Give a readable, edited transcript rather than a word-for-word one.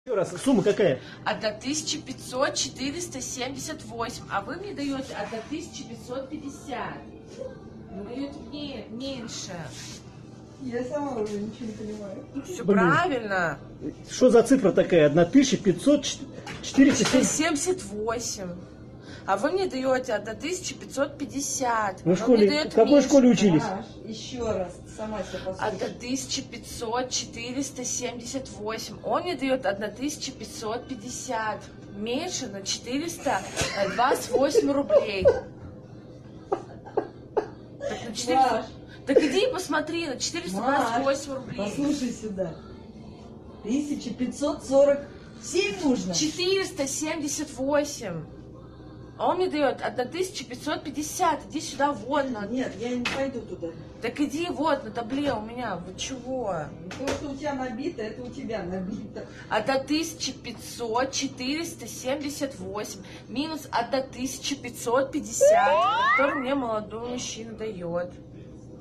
Еще раз, сумма какая? 1500 478, а вы мне даете 1550. Вы даете мне меньше. Я сама уже ничего не понимаю. Все Блин. правильно. Что за цифра такая? 1500, 470. 78. А вы мне даете 1550. Вы в Вы школе, мне даете в какой меньше. школе учились? Маш, еще раз, сама себя послушай. 1500 478. Он мне дает 1550. Меньше на 428 рублей. Так, на 400... Маш, так иди и посмотри, на 428 рублей. послушай сюда. 1547 нужно. 478. А он мне дает 1550. Иди сюда, вот на. Нет, я не пойду туда. Так иди вот на табле у меня. Вы чего? То, что у тебя набито, это у тебя набито. 1500 478 минус 1550, который мне молодой мужчина дает.